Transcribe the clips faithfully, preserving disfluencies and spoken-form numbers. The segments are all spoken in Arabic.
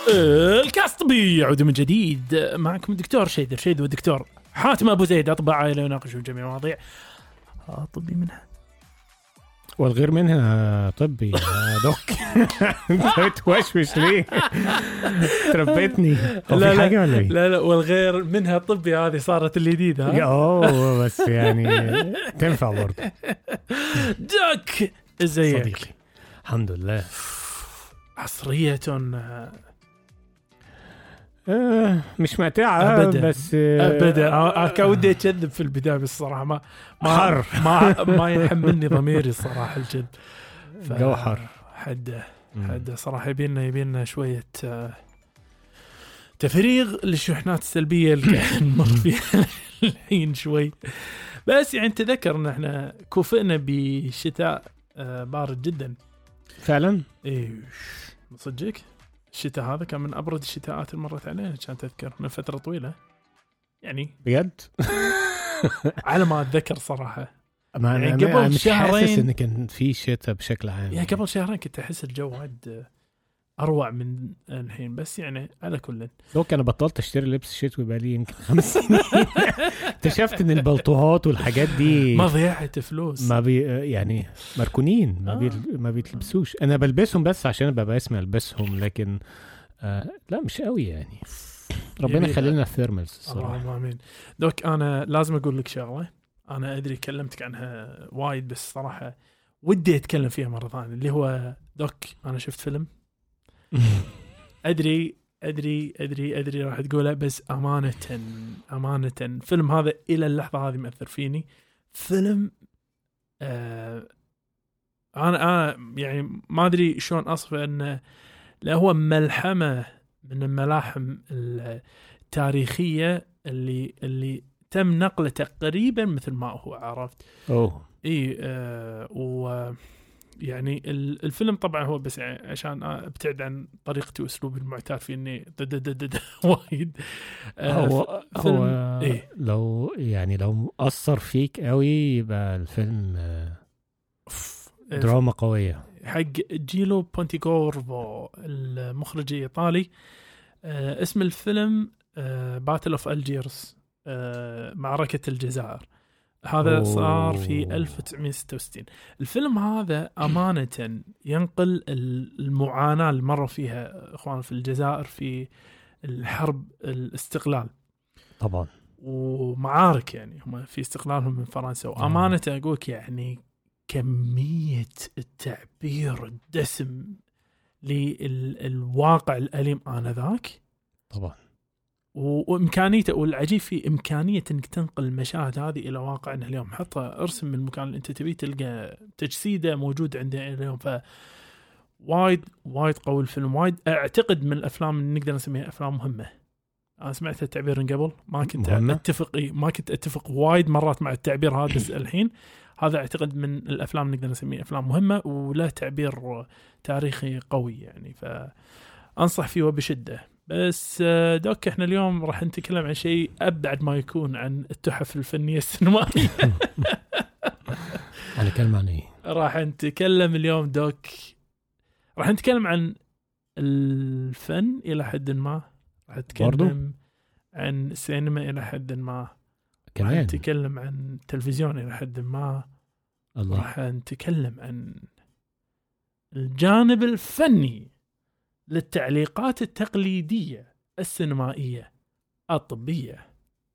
الكاست طبي يعود من جديد. معكم الدكتور شيدر شيد والدكتور حاتم أبو زيد، أطباء عائلة يناقشون جميع المواضيع طبي منها والغير منها طبي يا دوك. انت توشوش ليه؟ تربيتني لا لا, لا لا والغير منها طبي هذه صارت الجديدة. اوه بس يعني تنفع برضه. دوك ازيك صديقي؟ الحمد لله. عصرية آه مش ماتعة أبدا. بس أبدا. كودي أكذب في البداية بالصراحة ما ما حر. ما, ما يحملني ضميري الصراحة الجد. جو حر حد حد صراحة يبينا يبينا شوية تفريغ للشحنات السلبية اللي نمر فيها الحين شوي. بس يعني تذكر إن إحنا كوفئنا بشتاء بارد جدا فعلا. إيه صدقك الشتاء هذا كان من أبرد الشتاءات اللي مرت علينا، كان تذكر من فترة طويلة يعني بجد. على ما أتذكر صراحة. ما يعني أنا قبل مش شهرين حاسس إن كان في شتاء بشكل عام. يعني قبل شهرين كنت أحس الجو عاد أروع من الحين، بس يعني على كل لو كان بطلت أشتري لبس شتوي بقالي يمكن خمس سنين. اكتشفت إن البلطوهات والحاجات دي ما ضيعت فلوس، ما بي يعني مركونين ما, آه. بي ما بيتلبسوش. أنا بلبسهم بس عشان ببقى اسمي ألبسهم، لكن آه لا مش قوي يعني. ربنا يخلينا الثيرمالز الصراحة. اللهم آمين. دوك أنا لازم أقول لك شغلة، أنا أدري كلمتك عنها وايد بس صراحة ودي أتكلم فيها مرة ثانية، اللي هو دوك أنا شفت فيلم أدري أدري أدري أدري راح تقوله، بس أمانة أمانة فيلم هذا إلى اللحظة هذه مأثر فيني. فيلم آه أنا آه يعني ما أدري شلون أصفه، أنه لا هو ملحمة من الملاحم التاريخية اللي اللي تم نقله تقريبا مثل ما هو، عرفت؟ أوه إيه آه و يعني الفيلم طبعا هو بس يعني عشان ابتعد عن طريقتي واسلوبي المعتاد في اني وايد. هو هو إيه؟ لو يعني لو اثر فيك قوي يبقى الفيلم دراما قويه حق جيلو بونتيكورفو المخرج الايطالي. اسم الفيلم باتل اوف الجيرس، معركه الجزائر. هذا أوه. صار في ألف وتسعمية وستة وستين. الفيلم هذا أمانة ينقل المعاناة اللي مروا فيها إخوان في الجزائر في الحرب الاستقلال طبعا، ومعارك يعني هم في استقلالهم من فرنسا. وأمانة أقولك يعني كمية التعبير الدسم للواقع الأليم آنذاك طبعا، وإمكانيته. والعجيب في إمكانية إنك تنقل المشاهد هذه إلى واقعنا اليوم. حتى ارسم من المكان اللي أنت تبي تلقى تجسيده موجود عندنا اليوم. ف وايد وايد قوي الفيلم، وايد أعتقد من الأفلام اللي نقدر نسميها أفلام مهمة. أنا سمعت التعبير من قبل ما كنت مهمة. أتفق ما كنت أتفق وايد مرات مع التعبير هذا، بس الحين هذا أعتقد من الأفلام اللي نقدر نسميها أفلام مهمة ولا تعبير تاريخي قوي يعني، فأنصح فيه بشدة. بس دوك احنا اليوم راح نتكلم عن شيء أبعد ما يكون عن التحف الفنية السينمائية. أنا كلمة عن إيه؟ راح نتكلم اليوم دوك، راح نتكلم عن الفن إلى حد ما، راح نتكلم برضو عن السينما إلى حد ما، راح نتكلم عن التلفزيون إلى حد ما، الله. راح نتكلم عن الجانب الفني للتعليقات التقليدية السينمائية الطبية.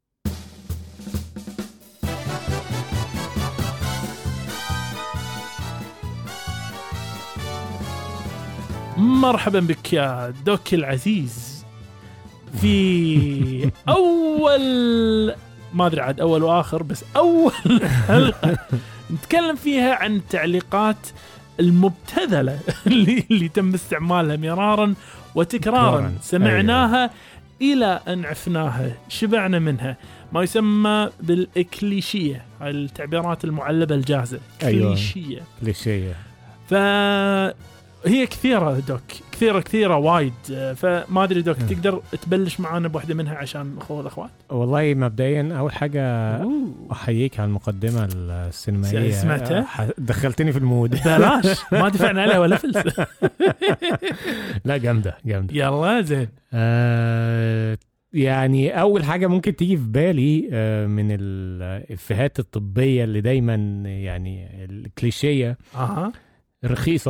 مرحبا بك يا دوك العزيز في أول ما أدري عاد أول وآخر، بس أول حلقة نتكلم فيها عن التعليقات المبتذلة اللي, اللي تم استعمالها مرارا وتكرارا. سمعناها أيوة. إلى أن عفناها، شبعنا منها، ما يسمى بالإكليشية، التعبيرات المعلبة الجاهزة. أيوة. كليشية كليشية. ف هي كثيرة دوك، كثيرة كثيرة وايد. فما أدري دوك تقدر تبلش معانا بواحدة منها عشان أخوة الأخوات؟ والله مبدئيا أول حاجة أحييك على المقدمة السينمائية، سمعتها؟ دخلتني في المود. بلاش ما دفعنا عليها ولا فلس. لا جامدة جامدة. يلا زين. آه يعني أول حاجة ممكن تيجي في بالي آه من الإفيهات الطبية اللي دايما يعني الكليشية أها رخيصة.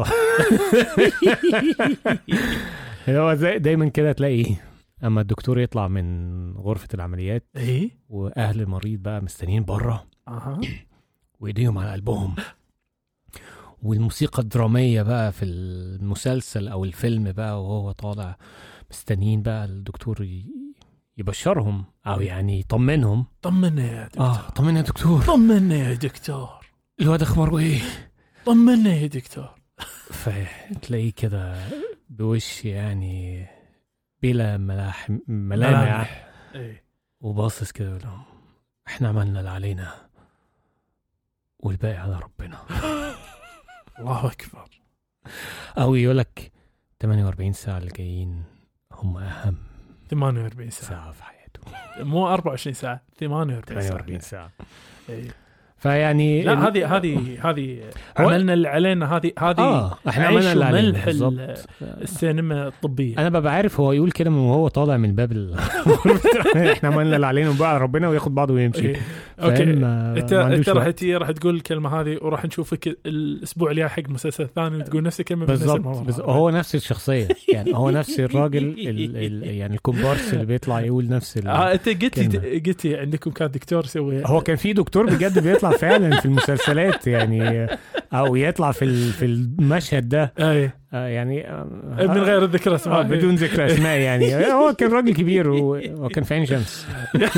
هو زي دايما كده تلاقي اما الدكتور يطلع من غرفة العمليات ايه واهل المريض بقى مستنيين بره اها وايديهم على قلبهم، والموسيقى الدرامية بقى في المسلسل او الفيلم بقى وهو طالع مستنيين بقى الدكتور يبشرهم او يعني يطمنهم. طمنا يا دكتور. اه طمنا يا دكتور. طمنا يا دكتور. الواد اخباره ايه؟ طمنا يا دكتور. فتلاقيه كده بوش يعني بلا ملاح ملامح ايه وباصص كده يقول لهم احنا عملنا اللي علينا والباقي على ربنا. الله اكبر. او يقولك ثمانية وأربعين ساعة اللي جايين هم اهم ثمانية وأربعين ساعة, ساعة في حياته، مو أربعة وعشرين ساعة، ثمانية وأربعين ساعة. ايه. فيعني لا هذه هذه هذه عملنا اللي علينا. هذه هذه اه احنا عملنا اللي علينا بالضبط. السينما الطبية انا ببقى عارف هو يقول كده وهو طالع من باب ال... احنا عملنا اللي علينا وبقى ربنا وياخد بعضه ويمشي. إيه. اوكي انت انت راح تي راح تقول الكلمة هذه وراح نشوفك الاسبوع اللي حق مسلسل ثاني وتقول نفس الكلمة بالضبط. هو نفس الشخصية يعني هو نفس الراجل ال... ال... يعني الكومبارس اللي بيطلع يقول نفس ال... اه انت قلتي قلتي عندكم كان دكتور يسوي. هو كان في دكتور بجد بيطلع فعلا في المسلسلات يعني او يطلع في في المشهد ده اي آه يعني آه من غير ذكر اسماء. آه بدون ذكر اسماء يعني هو كان راجل كبير وكان في عين شمس.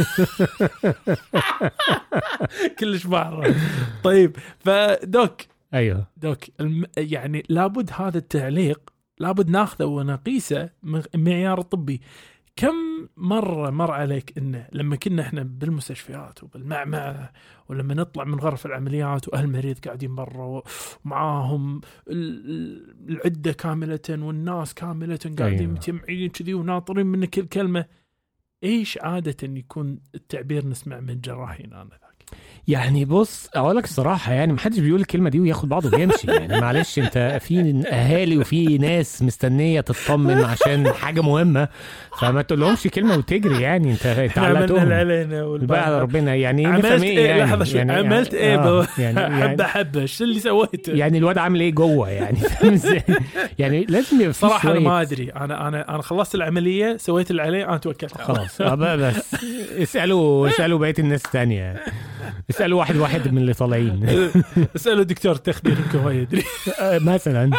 كلش بعرف. طيب فدوك ايوه دوك الم... يعني لابد هذا التعليق لابد ناخذه ونقيسه من معيار طبي. كم مرة مر عليك إنه لما كنا إحنا بالمستشفيات وبالمعمعة ولما نطلع من غرف العمليات وأهل المريض قاعدين برا ومعاهم العدة كاملة والناس كاملة قاعدين أيوة. متجمعين كذي وناطرين منك الكلمة، إيش عادة يكون التعبير نسمع من جراحين أنا ذاك؟ يعني بص اقولك الصراحه يعني محدش بيقول الكلمه دي وياخد بعضه ويمشي يعني معلش انت في اهالي وفي ناس مستنيه تطمن عشان حاجه مهمه فما تقولهمش كلمه وتجري يعني انت تعلقتهم علينا والبقى على ربنا يعني عملت ايه يعني لحظه شو يعني عملت ايه آه يعني حبه حبه شو اللي سويته يعني الواد عامل ايه جوه يعني يعني لازم يبقى صراحه انا ما ادري انا انا انا خلصت العمليه سويت اللي عليه انا توكلت خلاص بس اسالوا اسالوا بقيه الناس الثانيه اسألوا واحد واحد من اللي طالعين. اسألوا دكتور تخدير يمكن هو يدري مثلا.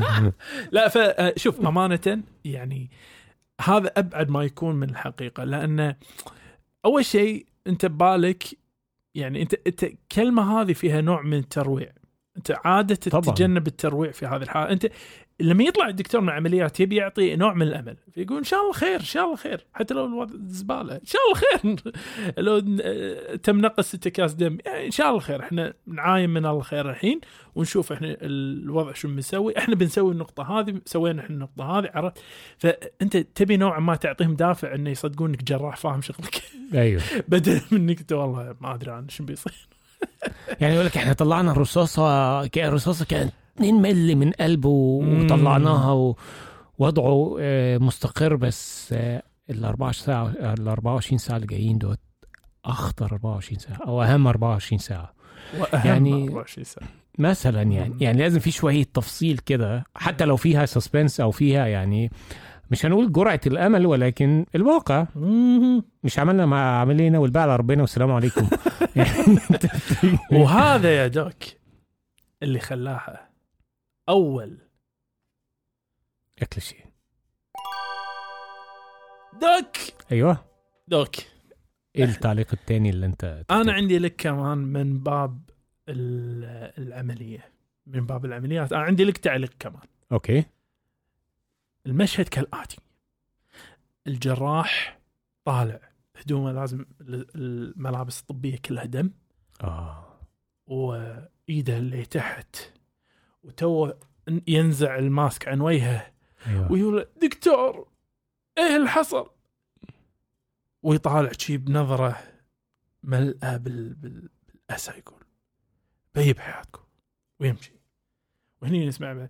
لا فشوف أمانة يعني هذا أبعد ما يكون من الحقيقة، لأن أول شيء أنت ببالك يعني أنت أنت كلمة هذه فيها نوع من الترويع، أنت عادة تتجنب الترويع في هذه الحالة. أنت لما يطلع الدكتور من عمليات يبي يعطي نوع من الأمل، يقول إن شاء الله خير إن شاء الله خير، حتى لو الوضع زبالة إن شاء الله خير، لو تم نقص ستة كاس دم يعني إن شاء الله خير، إحنا نعاين من الله خير الحين ونشوف إحنا الوضع شو بنسوي، إحنا بنسوي النقطة هذه سوينا إحنا النقطة هذه، عرفت؟ فأنت تبي نوع ما تعطيهم دافع إنه يصدقونك جراح فاهم شغلك. أيوه. بدل منك أنت والله ما أدري عن شو بيصير. يعني يقول لك إحنا طلعنا الرصاصة كأن الرصاصة كانت اثنين ملي من قلبه وطلعناها ووضعه مستقر، بس الأربعة ساعة الأربعة وعشرين ساعة اللي جايين دوت أخطر أربعة وعشرين ساعة أو أهم أربعة وعشرين ساعة يعني أربعة وعشرين ساعة مثلا يعني مم. يعني لازم في شوية تفصيل كده حتى لو فيها سسبنس أو فيها يعني مش هنقول جرعة الأمل ولكن الواقع مم. مش عملنا ما عملنا والباقي على ربنا والسلام عليكم. وهذا يا دوك اللي خلاها أول أكل شيء. دوك أيوة دوك إيه التعليق التاني اللي أنت تكتب؟ أنا عندي لك كمان من باب العملية من باب العمليات أنا عندي لك تعليق كمان. أوكي. المشهد كالآتي: الجراح طالع هدومه لازم الملابس الطبية كلها دم آه وإيده اللي تحت وتو ينزع الماسك عن وجهه أيوة. ويقول دكتور ايه اللي حصل، ويطالع شي بنظرة ملأة بال... بال... بالأسى، يقول بي بحياتكم ويمشي. وهني نسمع بقى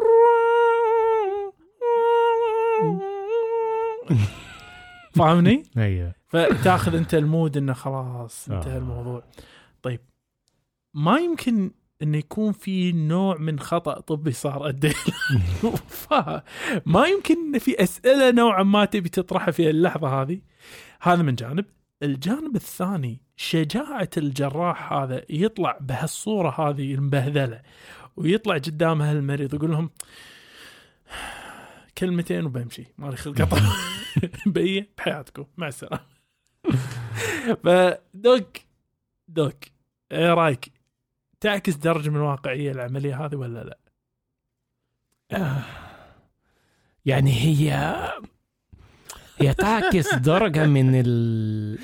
فاهمني؟ أيوة. فتاخذ انت المود انه خلاص انتهى آه. الموضوع. طيب ما يمكن انه يكون في نوع من خطأ طبي صار أدي ما يمكن ان في أسئلة نوعا ما تبي تطرحها في اللحظة هذه. هذا من جانب. الجانب الثاني شجاعة الجراح هذا يطلع بهالصورة هذه المبهذلة ويطلع قدام هالمريض ويقول لهم كلمتين وبمشي مالي خلق بيه بحياتكم مع السلامة. فدوك دوك ايه رايك، تعكس درجة من الواقعية العملية هذه ولا لا؟ آه. يعني هي هي تعكس درجة من ال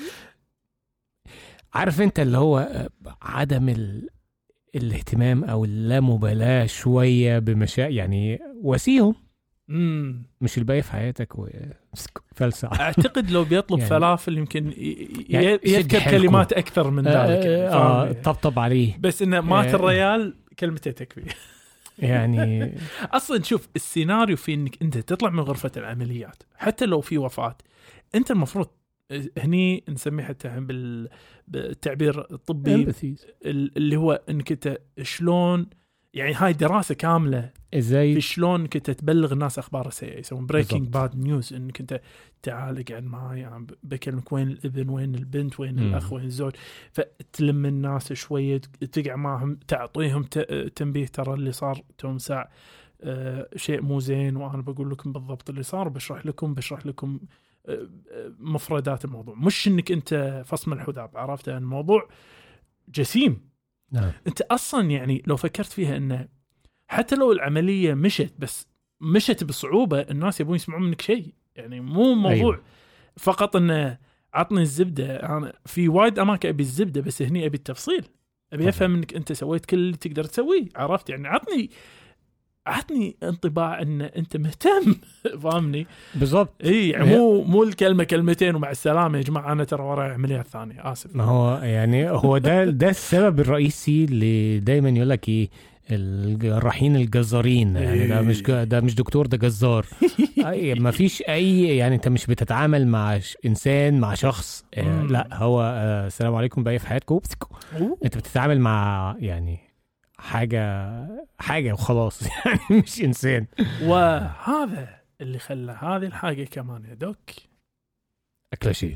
عارف انت اللي هو عدم ال... الاهتمام او اللامبالاة شوية بمشا يعني وسيهم مم. مش الباقي في حياتك وفلسع. اعتقد لو بيطلب يعني فلافل يمكن ي... يعني يذكر كلمات اكثر من ذلك. آه آه طبطب عليه بس انه مات آه الريال كلمته تكفي. يعني اصلا شوف السيناريو في انك انت تطلع من غرفة العمليات حتى لو في وفاة، انت المفروض هني نسميه حتى بال... بالتعبير الطبي اللي هو انك انت شلون، يعني هاي دراسة كاملة ازاي في شلون كنت تبلغ الناس اخبار السيئة، يسوون بريكنج باد نيوز، انك انت تعال قاعد معي يعني بكلمك وين الابن وين البنت وين م. الاخ وين الزوج، فتلم الناس شوية تقع معهم تعطيهم تنبيه ترى اللي صار توم ساعة آه شيء مو زين وانا بقول لكم بالضبط اللي صار، بشرح لكم بشرح لكم آه مفردات الموضوع، مش انك انت فصم الحذاء. عرفت الموضوع جسيم. نعم. انت اصلا يعني لو فكرت فيها انه حتى لو العملية مشت بس مشت بصعوبة، الناس يبون يسمعون منك شيء، يعني مو موضوع أيوة. فقط انه عطني الزبدة. انا في وايد اماكن ابي الزبدة بس هني ابي التفصيل، ابي افهم انك انت سويت كل اللي تقدر تسويه. عرفت يعني عطني عطني انطباع ان انت مهتم. فاهمني بالضبط. اي يعني مو مو الكلمه كلمتين ومع السلامه يا جماعه انا ترى وراي عمليات ثانيه اسف. ما هو يعني هو ده ده السبب الرئيسي اللي دايما يقول لك ايه الجراحين الجزارين، يعني ده مش ده مش دكتور ده جزار. ما فيش اي يعني انت مش بتتعامل مع انسان مع شخص آه لا هو آه السلام عليكم باقي في حياتكم. انت بتتعامل مع يعني حاجة حاجة وخلاص يعني مش إنسان. وهذا اللي خلى هذه الحاجة كمان يا دوك أكل شيء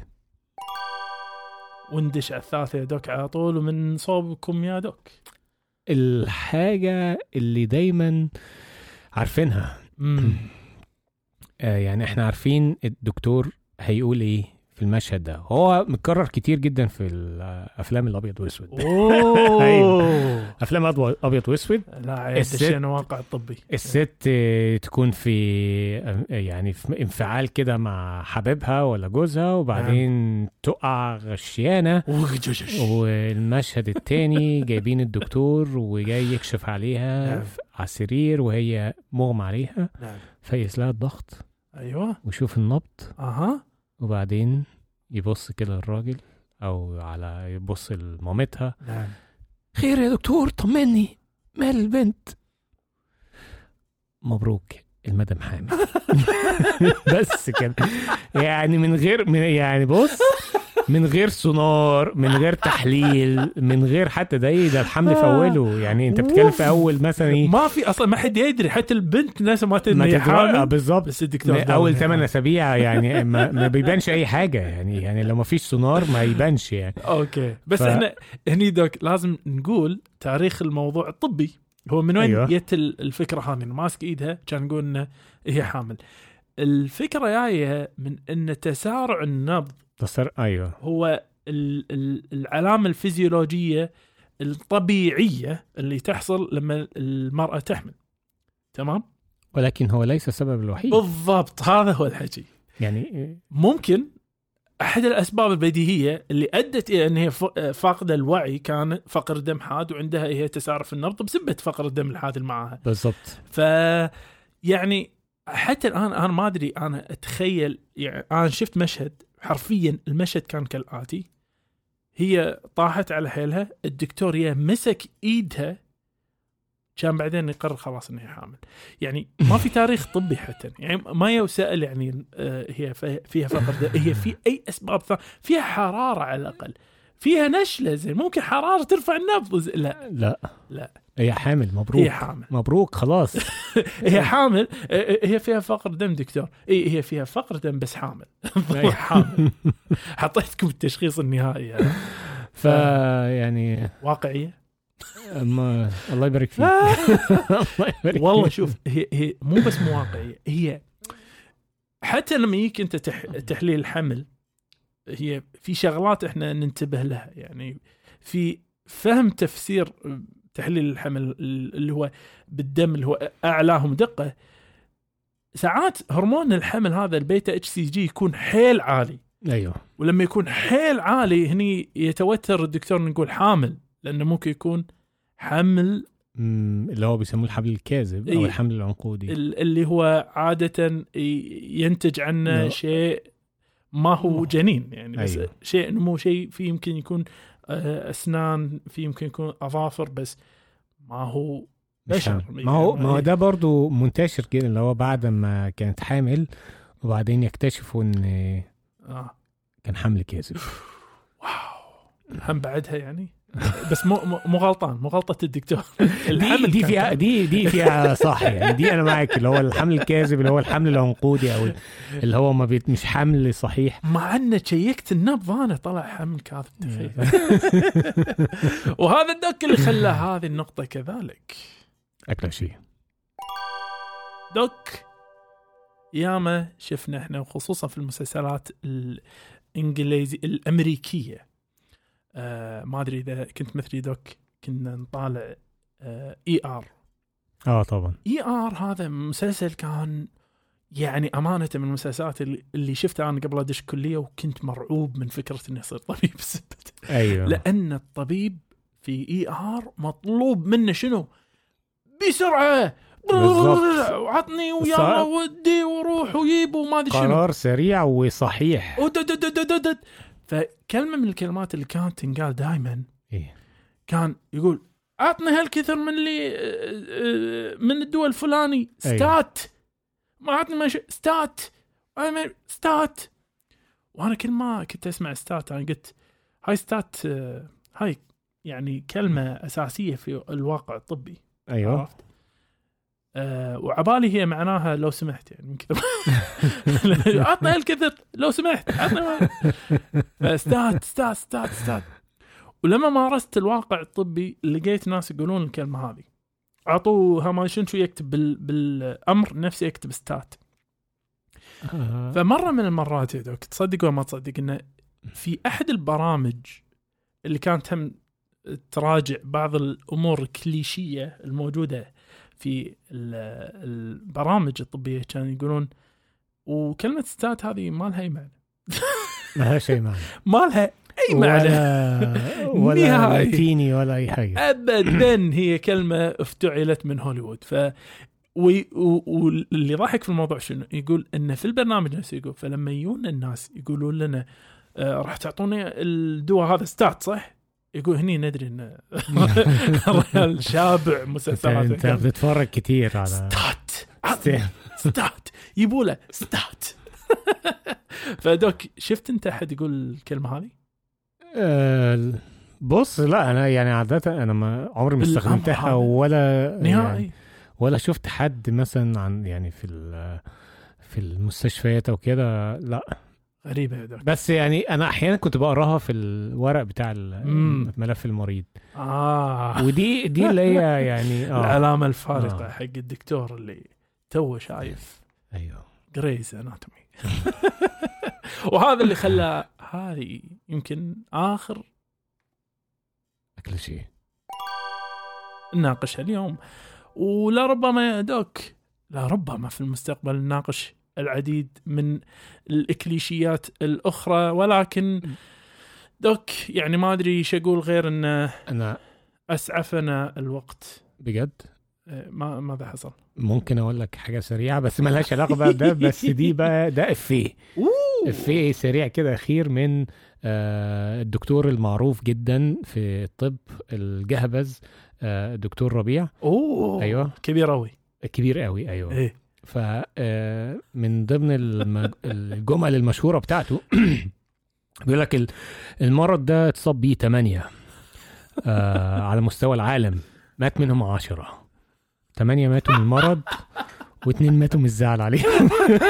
وندش على الثالثة يا دوك على طول ومن صوبكم يا دوك. الحاجة اللي دايما عارفينها آه يعني احنا عارفين الدكتور هيقول ايه في المشهد ده، هو متكرر كتير جدا في الافلام الابيض واسود. اوه افلام ابيض واسود. لا دشينا واقع الطبي. الست تكون في يعني في انفعال كده مع حبيبها ولا جوزها وبعدين تقع غشيانه، والمشهد التاني جايبين الدكتور وجاي يكشف عليها على السرير وهي مغمى عليها، فيقيس لها الضغط ايوه ويشوف النبض اها وبعدين يبص كده الراجل او على يبص لمامتها. نعم. خير يا دكتور طمني مال البنت؟ مبروك المدام حامل. بس كده يعني من غير من يعني بص من غير سونار من غير تحليل من غير حتى ده ده الحمل في اوله، يعني انت بتتكلم في اول مثلا ايه ما في اصلا ما حد يدري حتى البنت ناس ما تدري حامل بالظبط، بس الدكتور اول ثمانية اسابيع يعني ما, ما بيبانش اي حاجه، يعني يعني لو ما فيش سونار ما يبانش يعني. اوكي بس ف... احنا هني دوك لازم نقول تاريخ الموضوع الطبي هو من وين أيوة. جت الفكره هذه ماسك ايدها كان نقول انه هي حامل. الفكره جايه من ان تسارع النبض تصر ايوه هو العلامه الفيزيولوجيه الطبيعيه اللي تحصل لما المراه تحمل، تمام، ولكن هو ليس السبب الوحيد. بالضبط هذا هو الحكي. يعني ممكن أحد الأسباب البديهية اللي أدت إلى أن هي فاقدة الوعي كان فقر دم حاد، وعندها هي تسارع في النبض بسبب فقر الدم الحاد اللي معها. بالضبط. ف يعني حتى الآن أنا ما أدري، أنا أتخيل يعني أنا شفت مشهد حرفيا المشهد كان كالآتي: هي طاحت على حيلها، الدكتور يا مسك إيدها، كان بعدين يقرر خلاص إنها حامل. يعني ما في تاريخ طبي حتى، يعني ما يسأل يعني هي فيها فقر، هي في أي أسباب ثانية، فيها حرارة على الأقل، فيها نشلة زين، ممكن حرارة ترفع النبض. لا لا لا هي حامل. مبروك. هي حامل. مبروك خلاص. هي حامل. هي فيها فقر دم دكتور. اي هي فيها فقر دم بس حامل. حامل. حطيتكم التشخيص النهائي يعني. ف يعني واقعية. ما الله يبارك فيك. الله يبارك والله فيك. شوف، هي هي مو بس مو واقعية، هي حتى لما يجيك انت تح... تحليل الحمل، هي في شغلات احنا ننتبه لها، يعني في فهم تفسير تحليل الحمل اللي هو بالدم اللي هو اعلاهم دقة. ساعات هرمون الحمل هذا البيتا اتش سي جي يكون حيل عالي. ايوه. ولما يكون حيل عالي هني يتوتر الدكتور نقول حامل، لانه ممكن يكون حمل اللي هو بيسموه الحمل الكاذب او إيه؟ الحمل العنقودي، اللي هو عادة ينتج عنه لا. شيء ما هو جنين يعني، بس أيوه. شيء نمو، شيء فيه يمكن يكون أسنان، فيه يمكن يكون أظافر، بس ما هو بشر. ما هو ما هو ده برضو منتشر كده، اللي هو بعد ما كانت حامل وبعدين يكتشفوا ان آه. كان حمل كاذب. واو. هم بعدها يعني، بس مو مو غلطان، مو غلطة الدكتور. الحمل دي فيها دي دي فيها صح يعني، دي انا معاك، اللي هو الحمل الكاذب اللي هو الحمل العنقودي، او اللي هو ما بيت مش حمل صحيح. مع ان شيكت النبض انا طلع حمل كاذب، تخيل. وهذا الدك اللي خلى هذه النقطة كذلك. اكل شيء دوك ياما شفنا احنا، وخصوصا في المسلسلات الانجليزي الامريكيه. آه ما ادري اذا كنت مثلي دوك، كنا نطالع آه اي ار. اه طبعا. اي ار هذا مسلسل كان يعني امانه من المسلسلات اللي شفتها انا قبل ادش كليه، وكنت مرعوب من فكره اني اصير طبيب بسبته. ايوه. لان الطبيب في اي ار مطلوب منه شنو؟ بسرعه، وعطني ويلا ودي وروح ويب وما ادري شنو، قرار سريع وصحيح. فكلمه من الكلمات اللي كانت تنقال دائما إيه؟ كان يقول عطني هالكثر من اللي من الدول الفلاني ستات. أيوه. ما عطني ماشي ستات ستات. وانا كل ما كنت اسمع ستات انا قلت هاي ستات، هاي يعني كلمه اساسيه في الواقع الطبي. ايوه. عرفت؟ أه وعبالي هي معناها لو سمحت، يعني من كذا عطنا هالكثر لو سمحت عطنا. ستات ستات ستات ستات. ولما مارست الواقع الطبي لقيت ناس يقولون الكلمة هذه، عطوها ما شنو شو يكتب بال... بالأمر نفسه يكتب ستات. فمرة من المرات يا دوك تصدق وما تصدق إنه في أحد البرامج اللي كانت هم تراجع بعض الأمور الكليشية الموجودة في البرامج الطبية، كانوا يقولون وكلمة ستات هذه ما لها أي معنى. ما لها شيء معنى. ما لها أي معنى ولا لاتيني ولا أي حاجة أبدا. هي كلمة افتعلت من هوليوود. ف واللي ضحك في الموضوع شنو؟ يقول إن في البرنامج نفسه يقول فلما يجون الناس يقولون لنا آه راح تعطوني الدواء هذا ستات صح؟ يقول هني ندري إن الرجال شابع مسلسلات. أنت بتتفرج كتير على ستات ستات يبوله ستات. فدوك شفت أنت أحد يقول الكلمة هذه؟ أه بص لا أنا يعني عادة أنا ما عمري ما استخدمتها ولا نهائي يعني ولا شفت حد مثلا عن يعني في في المستشفيات أو كده، لا غريبة يا دوك. بس يعني أنا أحيانا كنت بقراها في الورق بتاع ملف المريض. آه ودي دي اللي هي يعني آه. العلامة الفارقة آه. حق الدكتور اللي توه شايف أيوه جريز أناتومي. وهذا اللي خلى هذه يمكن آخر أكل شيء نناقشها اليوم، ولا ربما يا دوك لا ربما في المستقبل نناقش العديد من الإكليشيات الأخرى، ولكن دوك يعني ما أدري إيش أقول غير أن أنا أسعفنا الوقت بجد. ما ماذا حصل؟ ممكن أقول لك حاجة سريعة بس ما لهاش علاقة بقى ده، بس دي بقى ده إفيه إفيه سريع كده أخير من آه الدكتور المعروف جدا في الطب الجهبذ، آه الدكتور ربيع. أوه أيوة كبير أوي كبير قوي. أيوة إيه. فمن ضمن المج... الجمل المشهورة بتاعته بيقول لك المرض ده اتصاب بيه ثمانية آه على مستوى العالم، مات منهم عشرة، ثمانية ماتوا من المرض واثنين ماتوا من الزعل عليهم.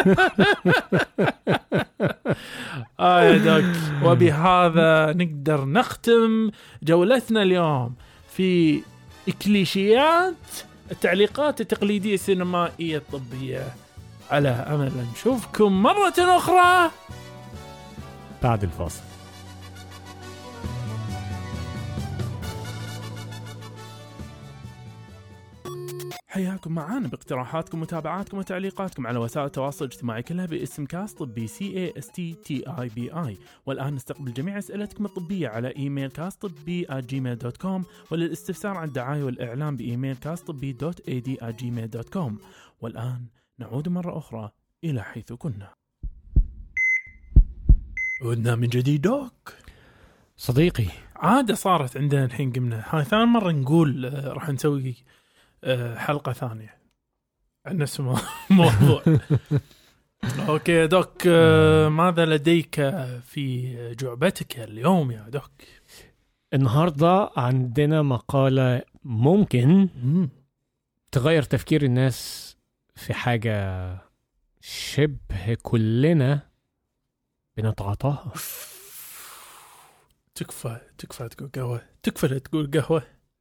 آه يا دوك، وبهذا نقدر نختم جولتنا اليوم في إكليشيات التعليقات التقليدية السينمائية الطبية، على أمل نشوفكم مرة أخرى بعد الفاصل. حياكم معانا باقتراحاتكم ومتابعاتكم وتعليقاتكم على وسائل التواصل الاجتماعي كلها باسم كاست طبي سي اي اس تي تي اي بي اي. والآن نستقبل جميع أسئلتكم الطبية على إيميل كاست طبي آت جيميل دوت كوم، وللاستفسار عن الدعاية والإعلان بإيميل كاست طبي دوت إي دي آت جيميل دوت كوم. والآن نعود مرة أخرى إلى حيث كنا. عدنا من جديد دوك صديقي. عادة صارت عندنا الحين، قمنا هاي ثاني مرة نقول آه راح نسوي آه حلقة ثانية عن نفس الموضوع. أوكي دوك، آه ماذا لديك في جعبتك اليوم يا دوك؟ النهاردة عندنا مقالة ممكن مم. تغير تفكير الناس في حاجة شبه كلنا بنتعاطاها. تكفى تكفى تقول قهوة، تكفى لا تقول قهوة.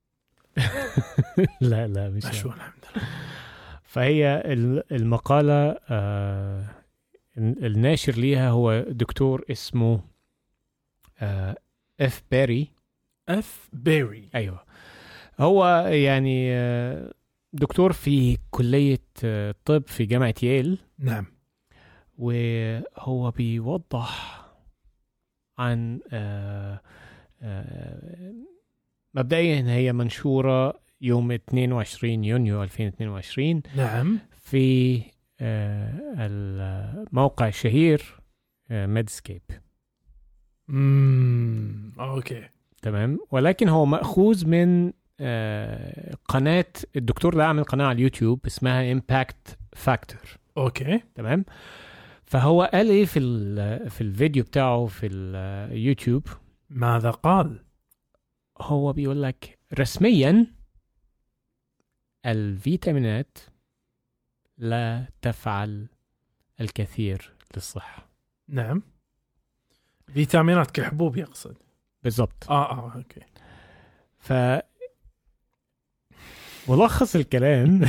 لا لا مش مشوى الحمد لله. فهي المقالة آه الناشر ليها هو دكتور اسمه آه اف بيري. اف بيري ايوه، هو يعني آه دكتور في كلية آه طب في جامعة ييل. نعم. وهو بيوضح عن آه آه مبدئيا هي منشورة يوم اثنين وعشرين يونيو ألفين واثنين وعشرين. نعم. في آه الموقع الشهير آه ميدسكيب. امم اوكي تمام. ولكن هو مأخوذ من آه قناة الدكتور ده، عامل قناة على اليوتيوب اسمها امباكت فاكتور. اوكي تمام. فهو قال ايه في في الفيديو بتاعه في اليوتيوب؟ ماذا قال؟ هو بيقول لك رسميا الفيتامينات لا تفعل الكثير للصحة. نعم. فيتامينات كحبوب يقصد. بالضبط. اه اه اوكي. ف ملخص الكلام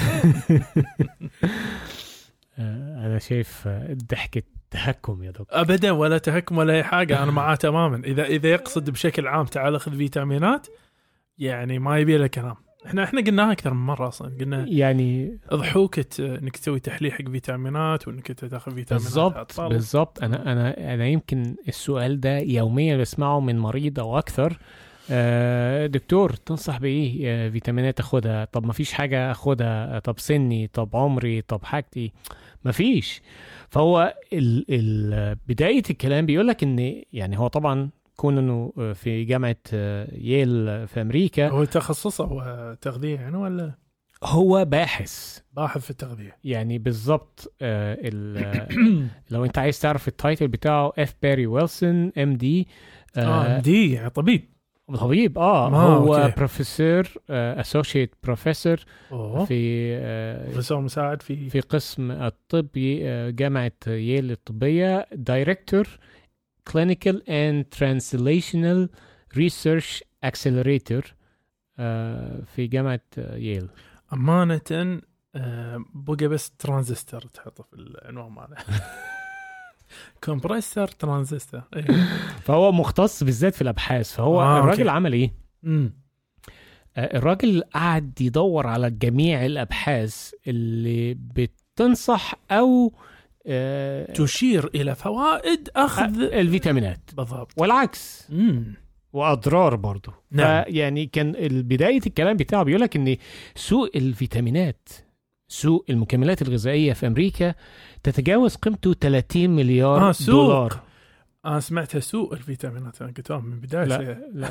انا شايف ضحكة تهكم يا دكتور. ابدا ولا تهكم ولا اي حاجه، انا معاه تماما. اذا اذا يقصد بشكل عام تعال اخذ فيتامينات، يعني ما يبي له كلام. احنا احنا قلناها اكثر من مره اصلا، قلنا يعني اضحوكه انك تسوي تحليل حق فيتامينات وانك تاخذ فيتامينات. بالضبط بالضبط. انا انا انا يمكن السؤال ده يوميا بسمعه من مريض او اكثر. آه دكتور تنصح بايه؟ آه فيتامينات اخدها؟ طب ما فيش حاجه اخدها؟ طب سني؟ طب عمري؟ طب حاجتي؟ ما فيش. فهو ال ال بدايه الكلام بيقول لك ان يعني هو طبعا كون انه في جامعه ييل في امريكا، هو تخصصه هو تغذيه يعني ولا هو باحث باحث في التغذيه يعني؟ بالضبط. آه لو انت عايز تعرف التايتل بتاعه اف بيري ويلسون ام دي. اه ام دي يعني طبيب. طبيب اه هو أوكي. بروفيسور اسوشيت بروفيسور في بروفيسور مساعد في في قسم الطبي جامعة ييل الطبية، دايركتور كلينيكال اند ترانسليشنال ريسيرش اكسلريتور في جامعة ييل. أمانة بقى بس ترانزستور تحطه في العنوان ماله. كومبريسر ترانزستور. فهو مختص بالذات في الابحاث. فهو آه الراجل أوكي. عمل ايه؟ امم آه الراجل قعد يدور على جميع الابحاث اللي بتنصح او آه تشير الى فوائد اخذ الفيتامينات بالضبط، والعكس امم واضرار برضو. نعم. يعني كان بدايه الكلام بتاعه بيقول لك ان سوق الفيتامينات، سوق المكملات الغذائيه في امريكا تتجاوز قيمته ثلاثين مليار آه دولار. انا سمعتها سوق الفيتامينات، انا قلت من بدايه لا, لا.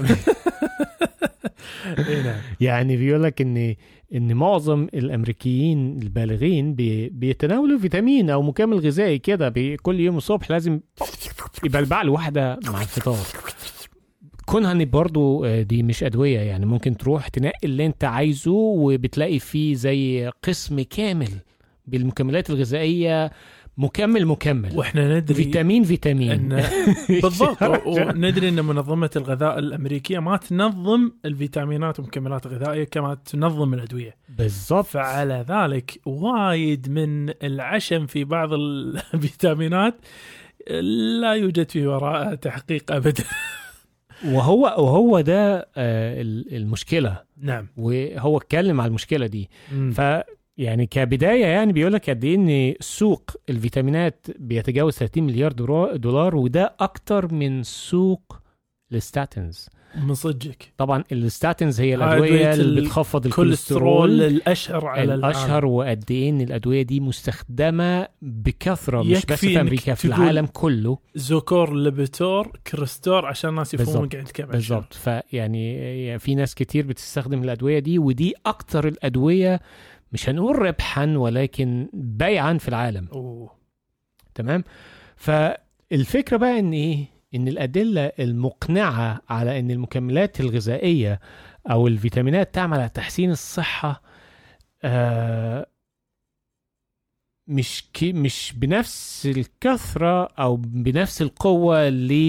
نعم. يعني بيقول لك ان ان معظم الامريكيين البالغين بي بيتناولوا فيتامين او مكمل غذائي كده كل يوم الصبح، لازم يبلبع له واحده مع الفطار. كونها ان برضو دي مش ادويه، يعني ممكن تروح تنقي اللي انت عايزه وبتلاقي فيه زي قسم كامل بالمكملات الغذائيه، مكمل مكمل، واحنا ندري فيتامين فيتامين إن بالضبط. وندري ان منظمه الغذاء الامريكيه ما تنظم الفيتامينات والمكملات الغذائيه كما تنظم الادويه بالضبط. فعلى ذلك وايد من العشم في بعض الفيتامينات لا يوجد في وراء تحقيق ابدا. وهو وهو ده المشكله. نعم. وهو اتكلم على المشكله دي. ف يعني كبداية يعني بيقولك قد ايه ان سوق الفيتامينات بيتجاوز ثلاثين مليار دولار، وده اكتر من سوق الستاتينز. من صدقك. طبعا الستاتينز هي الادوية اللي بتخفض الكوليسترول الاشهر على الاشهر، وقد ايه ان الادوية دي مستخدمة بكثرة مش بس في امريكا، في العالم كله. زوكور لبتور كريستور عشان الناس يفهمون قاعد نتكلم. بالضبط. فيعني في ناس كتير بتستخدم الادوية دي، ودي اكتر الادوية مش هنقول ربحا ولكن بيعا في العالم. أوه. تمام. فالفكرة بقى ان ايه، ان الادلة المقنعة على ان المكملات الغذائية او الفيتامينات تعمل على تحسين الصحة آه مش كي مش بنفس الكثرة او بنفس القوة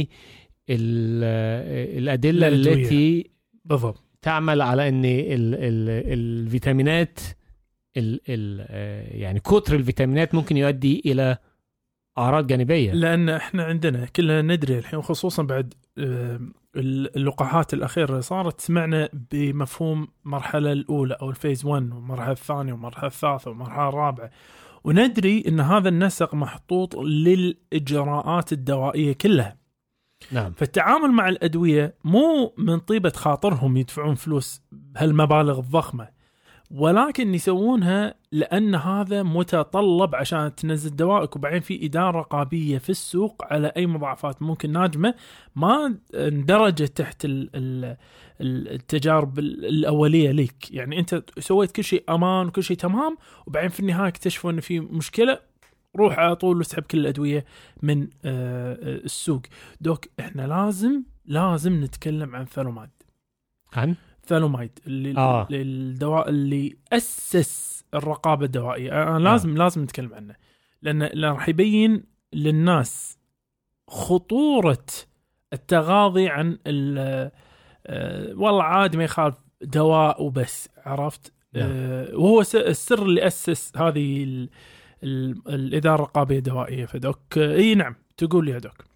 للأدلة التي بالضبط تعمل على ان ال ال الفيتامينات ال ال يعني كتر الفيتامينات ممكن يؤدي إلى أعراض جانبية. لأن إحنا عندنا كلنا ندري الحين، خصوصا بعد اللقاحات الأخيرة اللي صارت، سمعنا بمفهوم مرحلة الأولى أو الفيز واحد والمرحلة الثانية والمرحلة الثالثة والمرحلة الرابعة، وندري إن هذا النسق محطوط للإجراءات الدوائية كلها. نعم. فالتعامل مع الأدوية مو من طيبة خاطرهم يدفعون فلوس بهالمبالغ الضخمة، ولكن يسوونها لأن هذا متطلب عشان تنزل دوائك، وبعدين في إدارة رقابية في السوق على أي مضاعفات ممكن ناجمة ما اندرجت تحت التجارب الأولية لك. يعني أنت سويت كل شيء أمان وكل شيء تمام، وبعدين في النهاية اكتشفوا أن في مشكلة، روح على طول واسحب كل الأدوية من السوق. دوك إحنا لازم لازم نتكلم عن ثالومايد. عن ثالومايد اللي آه. الدواء اللي أسس الرقابة الدوائية. أنا لازم آه. لازم نتكلم عنه، لأن راح يبين للناس خطورة التغاضي عن ال والله عادي ما يخالف دواء وبس، عرفت؟ آه. وهو السر اللي أسس هذه ال ال الإدارة الرقابية الدوائية. فدوك إيه نعم تقول يا دوك.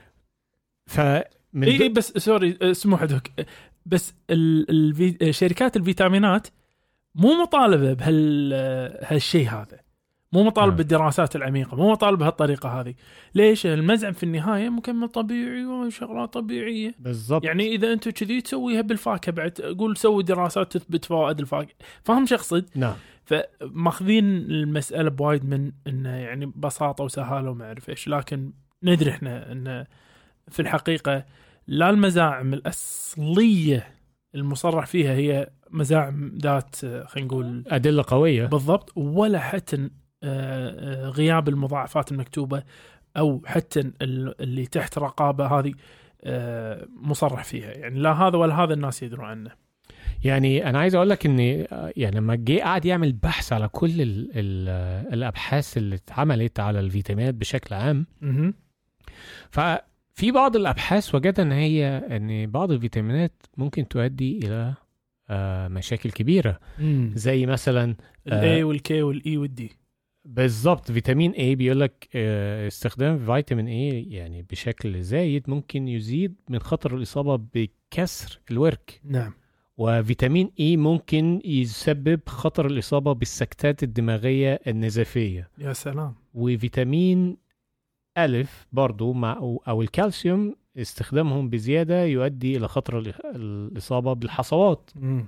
فمن إيه بس سوري اسمح دوك، بس ال شركات الفيتامينات مو مطالبة بهال هالشيء هذا، مو مطالب بالدراسات العميقة، مو مطالب بهالطريقة هذه. ليش؟ المزعم في النهاية مكمل طبيعي وشغلات طبيعية. بالضبط. يعني إذا أنتوا كذي تسويها بالفاكهة، بعد قول سوي دراسات تثبت فوائد الفاكهة. فهم شخصد؟ نعم. فماخذين المسألة بوايد من إنه يعني بساطة وسهالة وما أعرف إيش، لكن ندري إحنا إن في الحقيقة لا المزاعم الأصلية المصرح فيها هي مزاعم ذات خلينا نقول أدلة قوية. بالضبط، ولا حتى غياب المضاعفات المكتوبة أو حتى اللي تحت رقابة هذه مصرح فيها. يعني لا هذا ولا هذا الناس يدرون عنه. يعني أنا عايز أقول لك إن يعني لما جه قاعد يعمل بحث على كل ال ال الأبحاث اللي اتعملت على الفيتامينات بشكل عام، ف في بعض الأبحاث وجد أن هي أن بعض الفيتامينات ممكن تؤدي إلى آه مشاكل كبيرة. مم. زي مثلا ال A وال K وال E وال D. بالضبط. فيتامين A بيقولك آه استخدام فيتامين A يعني بشكل زايد ممكن يزيد من خطر الإصابة بكسر الورك. نعم. وفيتامين اي ممكن يسبب خطر الإصابة بالسكتات الدماغية النزفية. يا سلام. وفيتامين ألف برضو مع أو الكالسيوم استخدامهم بزيادة يؤدي إلى خطر الإصابة بالحصوات. م.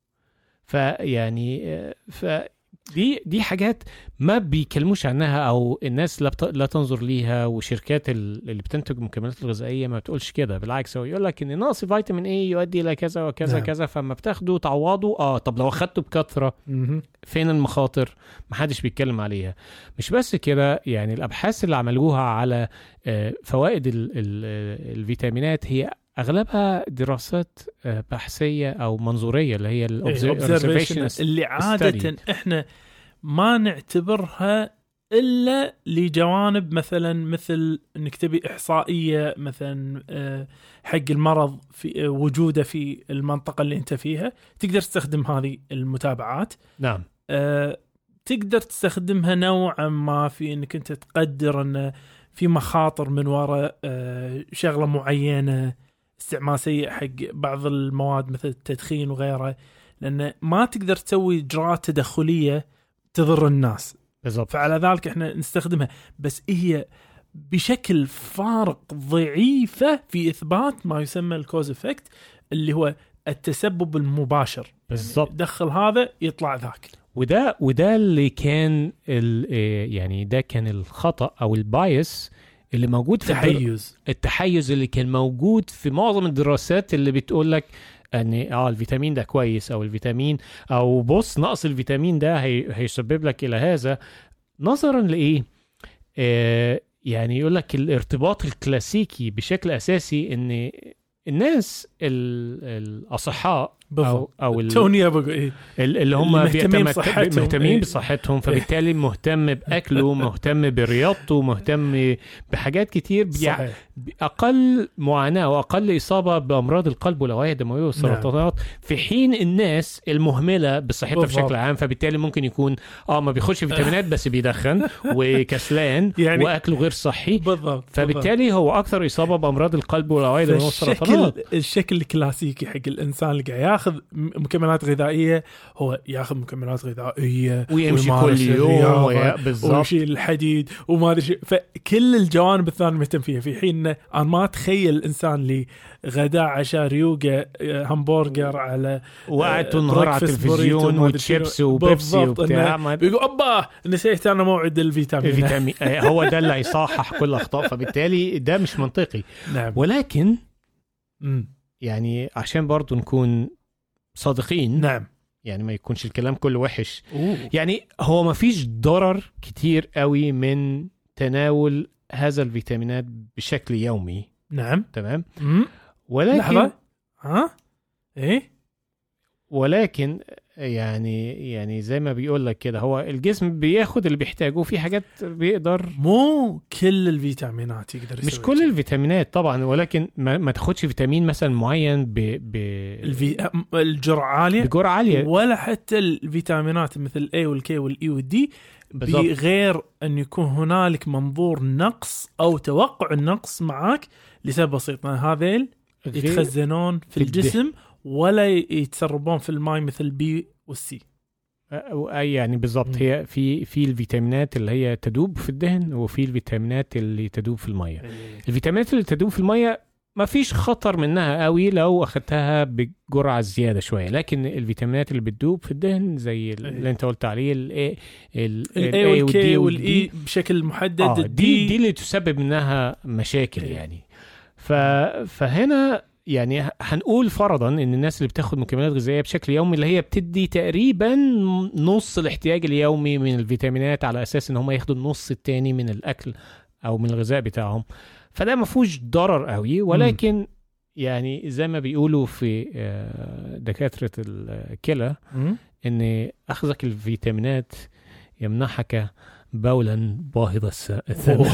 فيعني فدي دي حاجات ما بيكلموش عنها أو الناس لا, بت... لا تنظر ليها، وشركات اللي بتنتج المكملات الغذائية ما بتقولش كده، بالعكس هو يقول لك إن نقص فيتامين اي يؤدي إلى كذا وكذا نعم. كذا، فما بتاخده تعوضه. آه طب لو أخدته بكثرة م- فين المخاطر؟ محدش بيتكلم عليها. مش بس كده، يعني الأبحاث اللي عملوها على فوائد ال ال الفيتامينات هي أغلبها دراسات بحثية أو منظورية، اللي هي الأوبزرفيشن اللي عادة study. إحنا ما نعتبرها إلا لجوانب مثلا مثل إنك تبي إحصائية مثلا حق المرض في وجوده في المنطقة اللي أنت فيها، تقدر تستخدم هذه المتابعات. نعم. أه تقدر تستخدمها نوعا ما في إنك أنت تقدر أن في مخاطر من وراء أه شغلة معينة، استعمال سيء حق بعض المواد مثل التدخين وغيره، لأن ما تقدر تسوي إجراءات تدخلية تضر الناس بالضبط. فعلى ذلك إحنا نستخدمها، بس هي بشكل فارق ضعيفة في إثبات ما يسمى الكوز إفكت، اللي هو التسبب المباشر. بالضبط. يعني دخل هذا يطلع ذاك. وده وده اللي كان يعني ده كان الخطأ أو البايس اللي موجود في التحيز التحيز اللي كان موجود في معظم الدراسات اللي بتقول لك ان اه الفيتامين ده كويس، او الفيتامين او بص نقص الفيتامين ده هي هيسبب لك الى هذا، نظرا لايه؟ آه يعني يقول لك الارتباط الكلاسيكي بشكل اساسي ان الناس الاصحاء او او توني ابو ايه اللي هم مهتمين بصحتهم، فبالتالي مهتم باكله، مهتم برياضته، مهتم بحاجات كتير، اقل معاناه واقل اصابه بامراض القلب والاوعيه الدمويه والسرطانات. نعم. في حين الناس المهمله بصحتها بشكل عام، فبالتالي ممكن يكون اه ما بيخش فيتامينات بس بيدخن وكسلان يعني واكله غير صحي. بالضبط. فبالتالي بالضبط. هو اكثر اصابه بامراض القلب والاوعيه الدمويه والسرطانات. الشكل الكلاسيكي حق الانسان اللي قاعد ياخذ مكملات غذائيه، هو ياخذ مكملات غذائيه ويمشي كل يوم بالضبط ويشيل الحديد وما ادري شيء، فكل الجوانب الثانيه مهتم فيها. في حين انا ما اتخيل الانسان اللي غداء عشاء ريوقه همبرجر على وقعدت نهار على التلفزيون وشيبس وبيبسي وبتاع، بيقول ابا نسيت انا موعد الفيتامين. الفيتامين هو ده اللي هيصحح كل اخطاء، فبالتالي ده مش منطقي. نعم. ولكن م. يعني عشان برضو نكون صادقين، نعم، يعني ما يكونش الكلام كله وحش. أوه. يعني هو ما فيش ضرر كتير قوي من تناول هذا الفيتامينات بشكل يومي. نعم. تمام. م. ولكن لحظة. ها ايه ولكن يعني يعني زي ما بيقول لك كده، هو الجسم بياخد اللي بيحتاجه، في حاجات بيقدر. مو كل الفيتامينات يقدر يسوي، مش كل الفيتامينات طبعا، ولكن ما, ما تاخدش فيتامين مثلا معين ب ب الفي... الجرعة عالية بجرعة عالية، ولا حتى الفيتامينات مثل A والكي والإي والدي، بغير أن يكون هنالك منظور نقص أو توقع النقص معك لسبب بسيط. هذيل يتخزنون في الجسم ولا يتسربون في الماء مثل بي والسي. اي يعني بالضبط. هي في في الفيتامينات اللي هي تدوب في الدهن، وفي الفيتامينات اللي تدوب في الميه. الفيتامينات اللي تدوب في الميه ما فيش خطر منها قوي لو اخدتها بجرعه زياده شويه، لكن الفيتامينات اللي بتدوب في الدهن زي اللي انت قلت عليه الاي الاي والكي والاي بشكل محدد، آه دي دي اللي تسبب منها مشاكل. يعني ف فهنا يعني هنقول فرضا ان الناس اللي بتاخد مكملات غذائيه بشكل يومي، اللي هي بتدي تقريبا نص الاحتياج اليومي من الفيتامينات، على اساس ان هم ياخدوا النص التاني من الاكل او من الغذاء بتاعهم، فده ما فيهوش ضرر قوي. ولكن م. يعني زي ما بيقولوا في دكاتره الكلى ان اخذك الفيتامينات يمنحك بولا باهظ الثمن.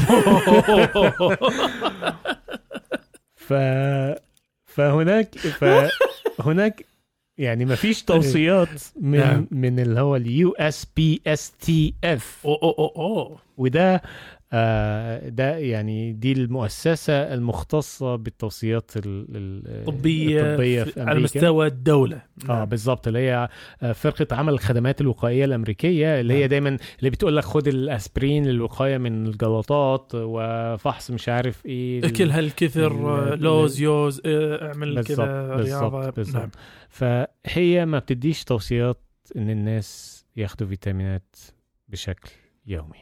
ف فهناك فهناك يعني ما فيش توصيات من نعم. من اللي هو اليو اس بي اس تي اف، وده آه ده يعني دي المؤسسة المختصة بالتوصيات الطبية, الطبية في في على أمريكا. مستوى الدولة. اه نعم. بالضبط، اللي هي فرقة عمل الخدمات الوقائية الأمريكية، اللي نعم. هي دايما اللي بتقول لك خد الأسبرين للوقاية من الجلطات وفحص مش عارف ايه، اكل هالكثر لوز يوز اعمل كذا رياضة. بالضبط. نعم. فهي ما بتديش توصيات ان الناس ياخدوا فيتامينات بشكل يومي.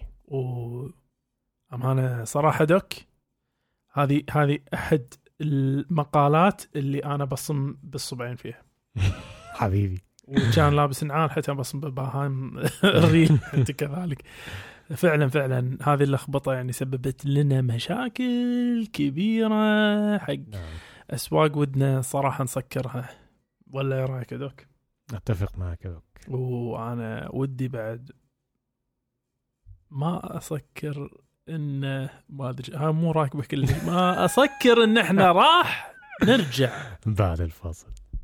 وأمانة صراحة دوك، هذه هذه أحد المقالات اللي أنا بصم بالصبعين فيها. حبيبي. وكان لابس نعال حتى بصم ببهايم الريل حتى كذلك. فعلا فعلا هذه اللخبطة يعني سببت لنا مشاكل كبيرة حق نعم. أسواق ودنا صراحة نسكرها. ولا إيه رأيك دوك؟ أتفق معك دوك. وأنا ودي بعد ما أسكر إن ما أدري ها مو راكبة كل شيء، ما أسكر إن إحنا راح نرجع بعد الفاصل.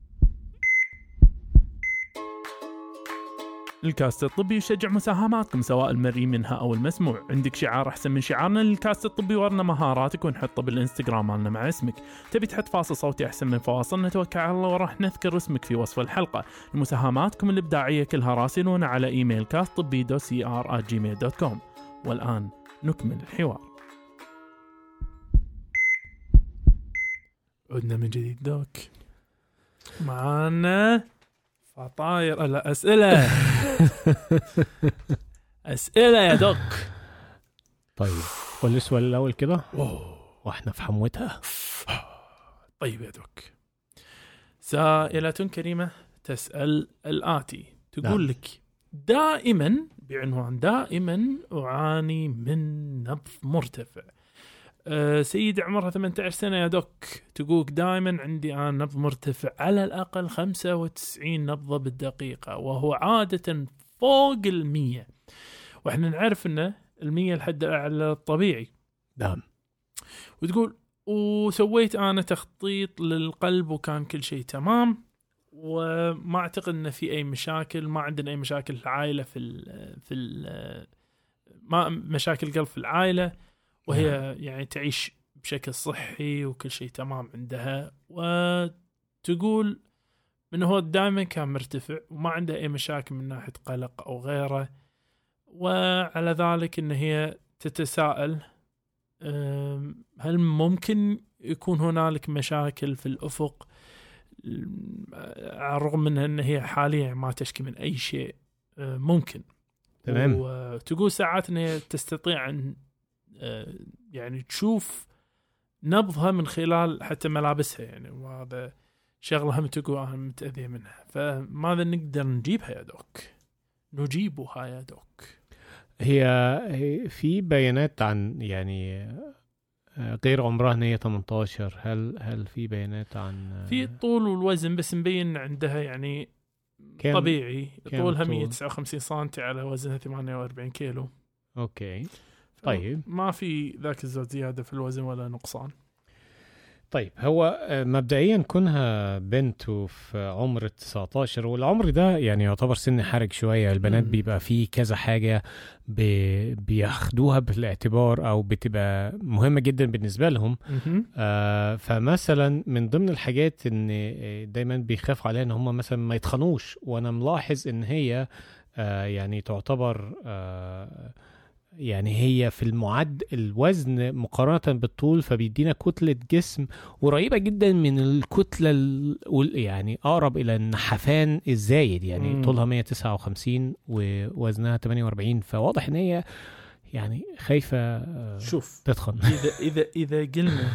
الكاست الطبي يشجع مساهماتكم سواء المرئي منها أو المسموع. عندك شعار أحسن من شعارنا للكاست الطبي ورنا مهاراتك ونحطه بالإنستغرام مالنا مع اسمك. تبي تحط فاصل صوتي أحسن من فواصل، نتوكل على الله وراح نذكر اسمك في وصف الحلقة. مساهماتكم الإبداعية كلها راسلونا على إيميل كاست طبي دو سي آر آت جيميل دوت كوم. والآن نكمل الحوار. عدنا من جديد دوك، معانا فطاير لا أسئلة أسئلة يا دوك. طيب قول السؤال الأول كده واحنا في حموتها. طيب يا دوك، سائلة كريمة تسأل الآتي، تقول نعم. لك دائما بعنوان دائما أعاني من نبض مرتفع. أه سيد عمرها ثمانية عشر سنة يا دوك، تقولك دائما عندي أنا نبض مرتفع على الأقل خمسة وتسعين نبضة بالدقيقة، وهو عادة فوق المية، وإحنا نعرف أنه المية الحد الأعلى الطبيعي. نعم. وتقول وسويت أنا تخطيط للقلب وكان كل شيء تمام، وما أعتقد أن في أي مشاكل، ما عندنا أي مشاكل في العائلة في ال في ال ما مشاكل قلب في العائلة، وهي يعني تعيش بشكل صحي وكل شيء تمام عندها. وتقول إنه هو دائما كان مرتفع وما عنده أي مشاكل من ناحية قلق أو غيره، وعلى ذلك إن هي تتساءل هل ممكن يكون هنالك مشاكل في الأفق، على الرغم من أن هي حاليا ما تشكي من أي شيء ممكن. تمام. وتقول ساعات أن هي تستطيع أن يعني تشوف نبضها من خلال حتى ملابسها يعني، وهذا شغلة هم تقول أنا متأذية منها. فماذا نقدر نجيبها يا دوك؟ نجيبها يا دوك. هي في بيانات عن يعني غير عمرها ان هي ثمانية عشر، هل هل في بيانات عن في الطول والوزن؟ بس مبين عندها يعني طبيعي طولها مية وتسعة وخمسين سنتي على وزنها ثمانية وأربعين كيلو. اوكي طيب، ما في ذاك الزود زيادة في الوزن ولا نقصان. طيب هو مبدئيا كونها بنت في عمر تسعة عشر، والعمر ده يعني يعتبر سن حرج شوية. البنات م- بيبقى فيه كذا حاجة بياخدوها بالاعتبار أو بتبقى مهمة جدا بالنسبة لهم. آه فمثلا من ضمن الحاجات ان دايما بيخاف عليها ان هم مثلا ما يتخنوش، وانا ملاحظ ان هي آه يعني تعتبر آه يعني هي في المعد الوزن مقارنة بالطول، فبيدينا كتلة جسم قريبة جدا من الكتلة يعني أقرب إلى النحفان الزايد يعني. مم. طولها مية وتسعة وخمسين ووزنها ثمانية وأربعين، فواضح إن هي يعني خايفة شوف تتخن. إذا إذا إذا قلنا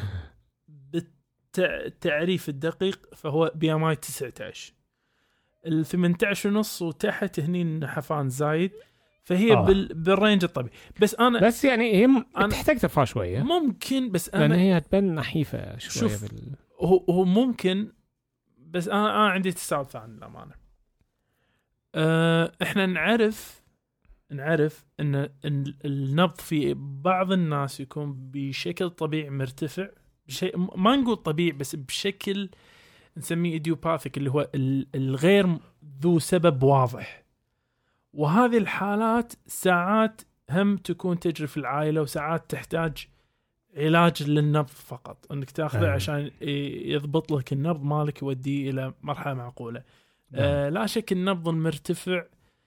بالتعريف الدقيق فهو بي ام اي تسعة عشر، ال ثمانية عشر ونص وتحت هني النحفان زايد، فهي آه. بال... بالرينج الطبيعي. بس انا بس يعني هي م... أنا... تحتاج ترفع شويه ممكن، بس انا لان هي هتبان نحيفه شويه. شوف بال... هو هو ممكن، بس انا انا عندي تساؤل ثاني للامانه. أه... احنا نعرف نعرف ان إن النبض في بعض الناس يكون بشكل طبيعي مرتفع، بشيء ما نقول طبيعي بس بشكل نسميه ايديوباثيك، اللي هو الغير ذو سبب واضح. وهذه الحالات ساعات هم تكون تجري في العائلة، وساعات تحتاج علاج للنبض فقط، انك تاخذه آه. عشان يضبط لك النبض مالك يوديه الى مرحله معقوله. نعم. آه لا شك النبض المرتفع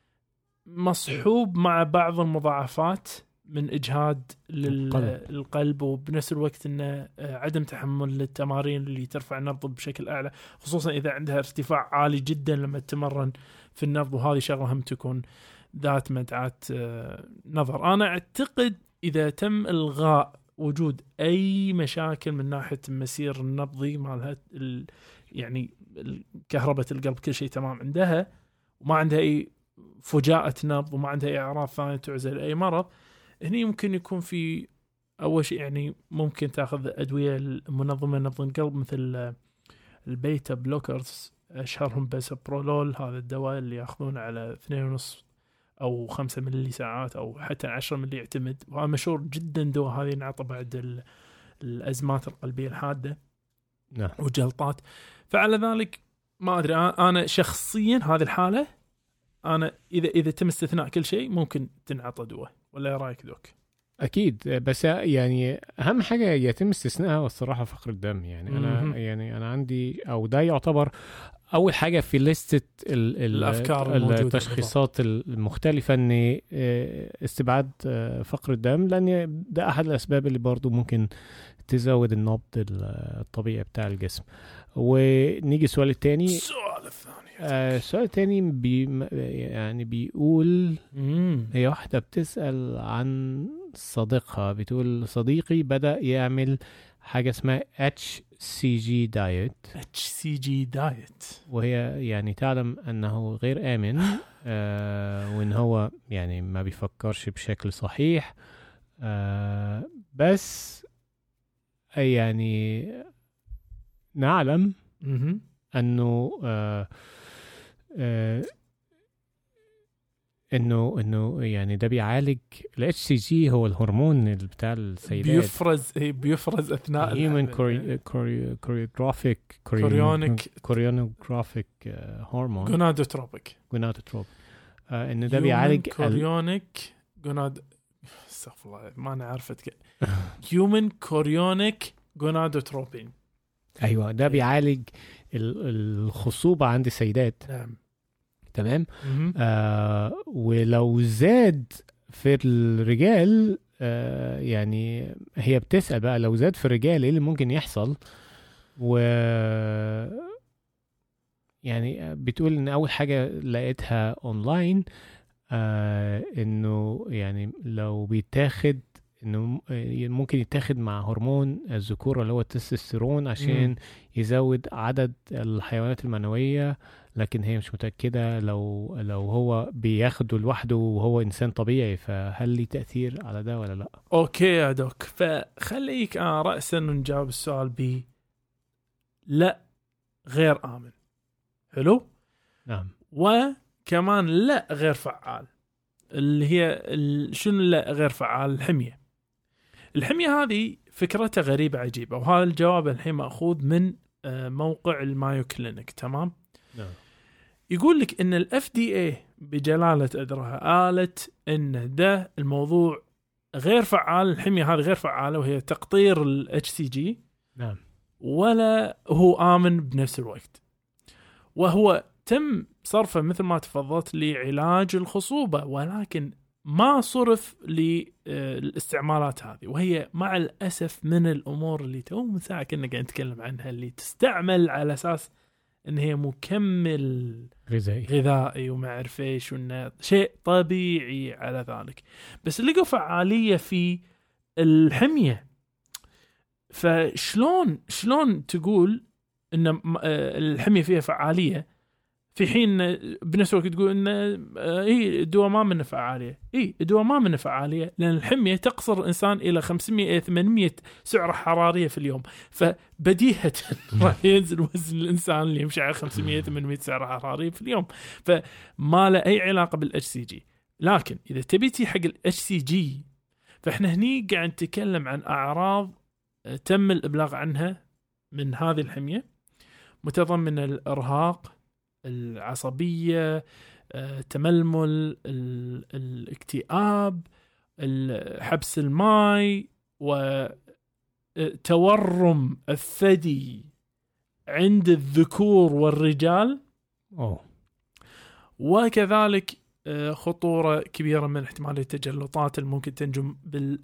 مصحوب مع بعض المضاعفات من اجهاد للقلب، وبنفس الوقت انه عدم تحمل للتمارين اللي ترفع النبض بشكل اعلى، خصوصا اذا عندها ارتفاع عالي جدا لما تتمرن في النبض، وهذه شغله هم تكون ذات مدعاة نظر. انا اعتقد اذا تم الغاء وجود اي مشاكل من ناحيه المسير النبضي مالها، يعني كهرباء القلب كل شيء تمام عندها، وما عندها اي فجاءة نبض، وما عندها اي اعراض ثانيه تعزل اي مرض، هني يمكن يكون في اول شيء يعني ممكن تاخذ ادويه منظمه نبض القلب مثل البيتا بلوكرز، اشهرهم بيسبرولول، هذا الدواء اللي ياخذونه على اثنين ونص او خمسة ملي ساعات او حتى عشرة ملي يعتمد، وهذا مشهور جدا دواء هذه نعطى بعد الازمات القلبيه الحاده نعم. وجلطات. فعلى ذلك ما ادري، انا شخصيا هذه الحاله انا اذا اذا تم استثناء كل شيء ممكن تنعطى دواء، ولا ايه رايك دوك؟ اكيد، بس يعني اهم حاجه يتم استثنائها والصراحه فقر الدم. يعني انا مم. يعني انا عندي، او ده يعتبر اول حاجه في لستة ال ال الافكار الموجوده، التشخيصات المختلفه، ان استبعاد فقر الدم، لان ده احد الاسباب اللي برضو ممكن تزود النبض الطبيعي بتاع الجسم. ونيجي السؤال الثاني. السؤال الثاني آه السؤال الثاني بي يعني بيقول مم. هي واحدة بتسأل عن صديقها، بتقول صديقي بدأ يعمل حاجة اسمها اتش سي جي diet. اتش سي جي diet، وهي يعني تعلم أنه غير آمن، آه وإن هو يعني ما بيفكرش بشكل صحيح، آه بس يعني نعلم مم. أنه آه آه انه انه يعني ده بيعالج ال اتش سي جي، هو الهرمون بتاع السيدات، بيفرز بيفرز اثناء human choreographic كوريونيك choreographic هرمون جونادوتروبيك جونادوتروب، آه ان ده بيعالج كوريونيك جوناد استغفر الله ما انا عرفت human chorionic gonadotropin. ايوه، ده بيعالج الخصوبة عند السيدات. نعم تمام. آه ولو زاد في الرجال، آه يعني هي بتسأل بقى لو زاد في الرجال ايه اللي ممكن يحصل، و يعني بتقول ان اول حاجة لقيتها اونلاين، آه انه يعني لو بيتاخد انه ممكن يتاخد مع هرمون الذكورة اللي هو التستوستيرون عشان م. يزود عدد الحيوانات المنوية، لكن هي مش متأكدة لو لو هو بياخده لوحده وهو إنسان طبيعي، فهل لي تأثير على ده ولا لا؟ أوكي يا دوك، فخليك آه رأسا نجاوب السؤال ب لا غير آمن. حلو؟ نعم. وكمان لا غير فعال، اللي هي شنو لا غير فعال؟ الحمية. الحمية هذه فكرتها غريبة عجيبة، وهذا الجواب الحين مأخوذ من موقع المايو كلينيك. تمام. نعم. يقول لك ان الاف دي اي بجلالة قدرها قالت ان ده الموضوع غير فعال، الحمية هذه غير فعالة وهي تقطير الاتش سي جي. نعم. ولا هو آمن بنفس الوقت، وهو تم صرفه مثل ما تفضلت لعلاج الخصوبة، ولكن ما صرف للاستعمالات هذه، وهي مع الأسف من الأمور اللي تو من ساعة كنا قاعد نتكلم عنها، اللي تستعمل على أساس إن هي مكمل غذائي غذائي وما أعرف إيش، وإنه شيء طبيعي على ذلك، بس لقوا فعالية في الحمية. فشلون شلون تقول إن الحمية فيها فعالية في حين بنفس الوقت تقول إن إيه الدواء ما منه فعالية؟ إيه الدواء ما منه فعالية لأن الحمية تقصر الإنسان إلى خمسمية ثمانمية سعرة حرارية في اليوم، فبديهة راح ينزل وزن الإنسان اللي يمشي على خمسمية ثمانمية سعرة حرارية في اليوم، فما له أي علاقة بالاتش سي جي. لكن إذا تبيتي حق الاتش سي جي، فإحنا هني قاعد نتكلم عن أعراض تم الإبلاغ عنها من هذه الحمية، متضمن الإرهاق، العصبية، تململ، الاكتئاب، حبس الماء وتورم الثدي عند الذكور والرجال. أوه. وكذلك خطورة كبيرة من احتمال التجلطات اللي ممكن تنجم بال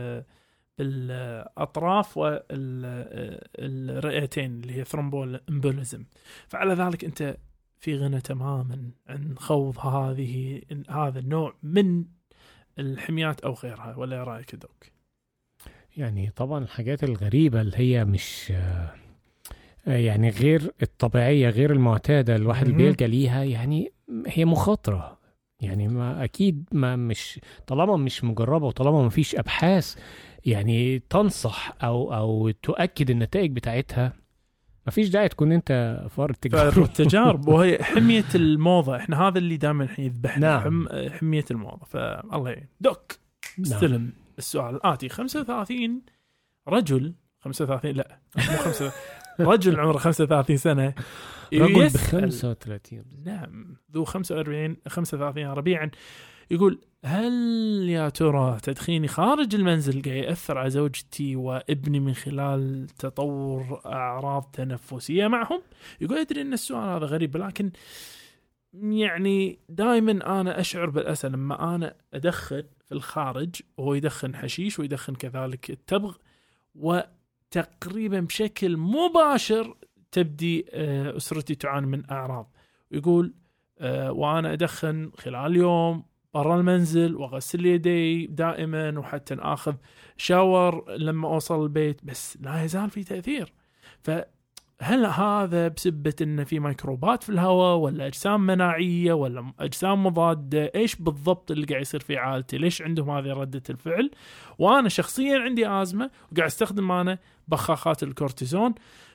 بالأطراف والرئتين اللي هي ثرومبول امبوليزم. فعلى ذلك أنت في غنى تماما عن خوض هذه هذا النوع من الحميات أو غيرها. ولا رأيك دوك؟ يعني طبعا الحاجات الغريبة اللي هي مش يعني غير الطبيعية غير المعتادة الواحد اللي بيلجأ ليها، يعني هي مخاطرة. يعني ما أكيد ما مش طالما مش مجربة وطالما ما فيش أبحاث يعني تنصح أو أو تؤكد النتائج بتاعتها، ما فيش داعي تكون أنت فار التجارب. التجارب وهي حمية الموضة. إحنا هذا اللي دائما يذبحنا. نعم. حم حمية الموضة. فالله يعين. دوك استلم. نعم. السؤال الآتي. خمسة وثلاثين رجل خمسة وثلاثين لا مو خمسة رجل عمره خمسة وثلاثين سنة رجل بخمسة وثلاثين نعم ذو خمسة وأربعين خمسة وثلاثين ربيعا يقول: هل يا ترى تدخيني خارج المنزل قاعد يأثر على زوجتي وابني من خلال تطور أعراض تنفسية معهم؟ يقول: أدري أن السؤال هذا غريب، لكن يعني دائما أنا أشعر بالأسى لما أنا أدخن في الخارج وهو يدخن حشيش ويدخن كذلك التبغ، وتقريبا بشكل مباشر تبدي أسرتي تعاني من أعراض. ويقول: وأنا أدخن خلال اليوم برا المنزل وغسل يدي دائما وحتى أخذ شاور لما أوصل البيت، بس لا يزال في تأثير. فهل هذا بسبة أن في ميكروبات في الهواء ولا أجسام مناعية ولا أجسام مضادة؟ إيش بالضبط اللي قاعد يصير في عائلتي؟ ليش عندهم هذه ردة الفعل؟ وأنا شخصيا عندي أزمة وقاعد استخدم أنا بخاخات الكورتيزون.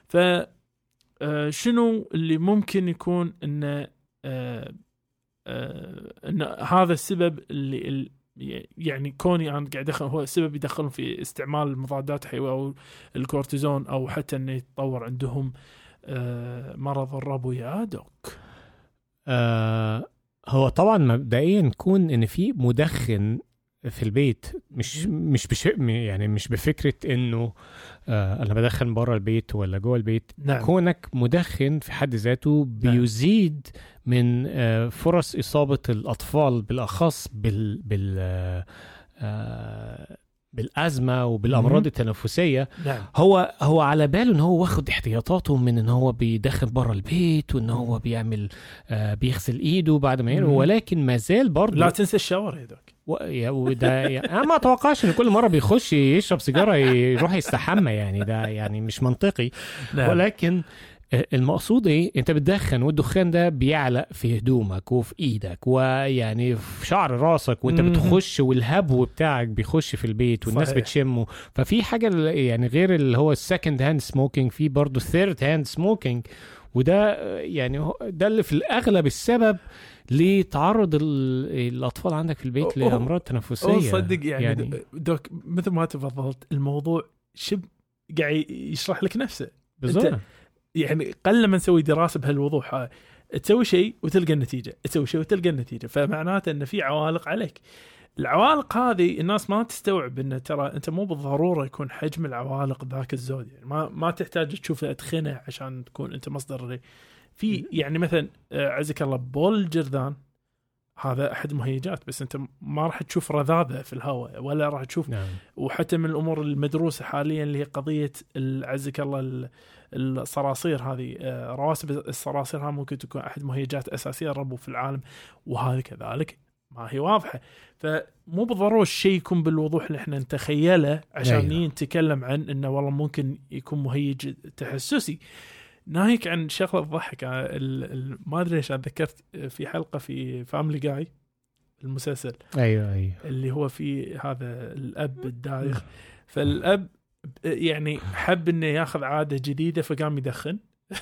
فشنو اللي ممكن يكون أن آه آه ان هذا السبب اللي يعني كوني انا قاعد ادخل هو السبب يدخلهم في استعمال المضادات الحيويه او الكورتيزون، او حتى انه يتطور عندهم آه مرض الربو يا دوك؟ آه هو طبعا مبدئيا يكون ان في مدخن في البيت، مش مش بش يعني مش بفكره انه آه انا بدخن بره البيت ولا جوه البيت. نعم. كونك مدخن في حد ذاته بيزيد نعم. من آه فرص اصابه الاطفال بالاخص بال بال آه بالازمه وبالامراض م- التنفسيه. نعم. هو هو على باله ان هو واخد احتياطاته من ان هو بيدخن بره البيت وان هو بيعمل آه بيغسل ايده بعد ما ينام، ولكن ما زال برضه لا تنسى الشاور يا دوك. وده يعني انا ما اتوقعش ان كل مره بيخش يشرب سيجاره يروح يستحمى، يعني ده يعني مش منطقي. نعم. ولكن المقصود ايه؟ انت بتدخن والدخان ده بيعلق في هدومك وفي ايدك ويعني في شعر راسك وانت بتخش والهبو بتاعك بيخش في البيت والناس صحيح. بتشمه. ففي حاجه يعني غير اللي هو السكند هاند سموكينج، في برضو الثيرد هاند سموكينج، وده يعني ده اللي في الاغلب السبب لتعرض الاطفال عندك في البيت لامراض تنفسيه. صدق يعني, يعني دوك مثل ما تفضلت الموضوع شب قاعد يشرح لك نفسه بالضبط. يعني قل لما نسوي دراسه بهالوضوح هاي، تسوي شيء وتلقى النتيجه، تسوي شيء وتلقى النتيجه، فمعناته ان في عوالق عليك. العوالق هذه الناس ما تستوعب ان ترى انت مو بالضروره يكون حجم العوالق ذاك الزود، يعني ما ما تحتاج تشوف ادخنه عشان تكون انت مصدر في. يعني مثلا عزك الله بول الجرذان هذا احد المهيجات، بس انت ما راح تشوف رذاذه في الهواء ولا راح تشوف. نعم. وحتى من الامور المدروسه حاليا اللي هي قضيه عزك الله الصراصير هذه، رواسب الصراصير ها ممكن تكون احد مهيجات اساسيه الربو في العالم، وهذه كذلك ما هي واضحه. فمو بالضروره الشيء يكون بالوضوح اللي احنا نتخيله عشان أيوة. نتكلم عن انه والله ممكن يكون مهيج تحسسي. ناهيك عن شغله تضحك، ما ادري ايش ذكرت في حلقه في فاميلي جاي المسلسل. ايوه ايوه اللي هو في هذا الاب الدايخ، فالاب يعني حب انه ياخذ عاده جديده فقام يدخن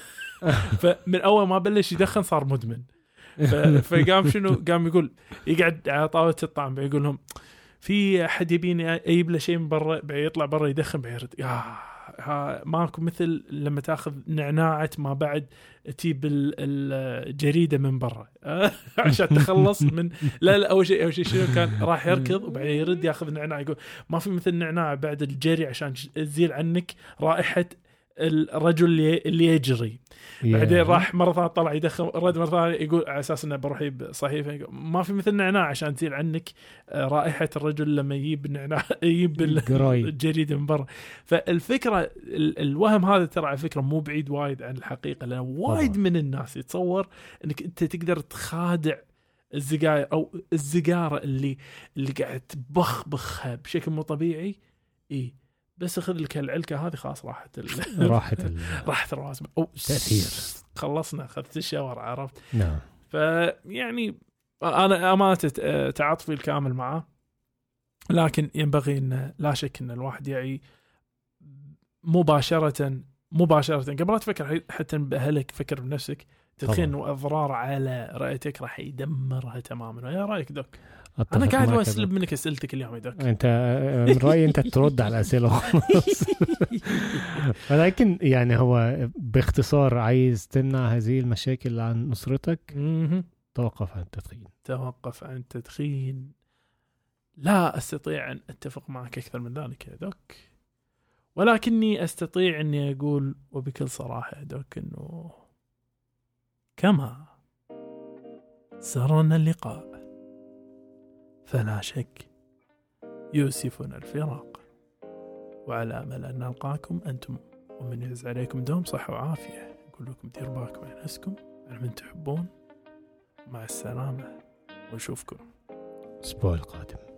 فمن اول ما بلش يدخن صار مدمن. فقام شنو قام يقول يقعد على طاوله الطعام يقول لهم في احد يبيني اجيب له شيء من برا، يطلع برا يدخن بيرد. يا ها ماكو مثل لما تاخذ نعناعة ما بعد تجيب الجريدة من برا عشان تخلص من لا لا أول شيء أول شيء شنو كان راح يركض وبعدين يرد ياخذ نعناع يقول ما في مثل نعناع بعد الجري عشان تزيل عنك رائحة الرجل اللي اللي يجري. بعدين راح مرة ثانية طلع يدخل رد مرة ثانية يقول على أساس إنه بروح يجيب صحيفة ما في مثل نعناع عشان تزيل عنك رائحة الرجل لما يجيب النعناع يجيب الجريدة من برا. فالفكرة الوهم هذا ترى على فكرة مو بعيد وايد عن الحقيقة، لأن وايد من الناس يتصور إنك أنت تقدر تخادع الزجاير أو الزجارة اللي اللي قاعد تبخبخها بشكل مو طبيعي. إيه بس أخذ لك هالعلكة هذه خلاص راحت ال... راحت ال... راحت الرواسب تأثير خلصنا أخذت الشاور عرفت. نعم. فيعني أنا أمانة تعاطفي الكامل معه، لكن ينبغي إن لا شك إن الواحد يعي مباشرة مباشرة قبل لا تفكر حتى بأهلك فكر بنفسك، تتخيل إنه أضرار على رأيتك راح يدمرها تماما. يا رأيك دوك؟ أنا قاعد وأسلب منك أسئلتك اليوم يا دوك. أنت من رأيي أنت ترد على الأسئلة خلاص. ولكن يعني هو باختصار عايز تمنع هذه المشاكل عن أسرتك، توقف عن التدخين. توقف عن التدخين. لا أستطيع أن أتفق معك أكثر من ذلك يا دوك، ولكني أستطيع أني أقول وبكل صراحة يا دوك أنه كما سرنا اللقاء فلا شك يؤسفنا الفراق، وعلى أمل أن نلقاكم أنتم ومن يعز عليكم دوم صحة وعافية. أقول لكم دير بالكم على نفسكم على من تحبون، مع السلامة ونشوفكم الأسبوع القادم.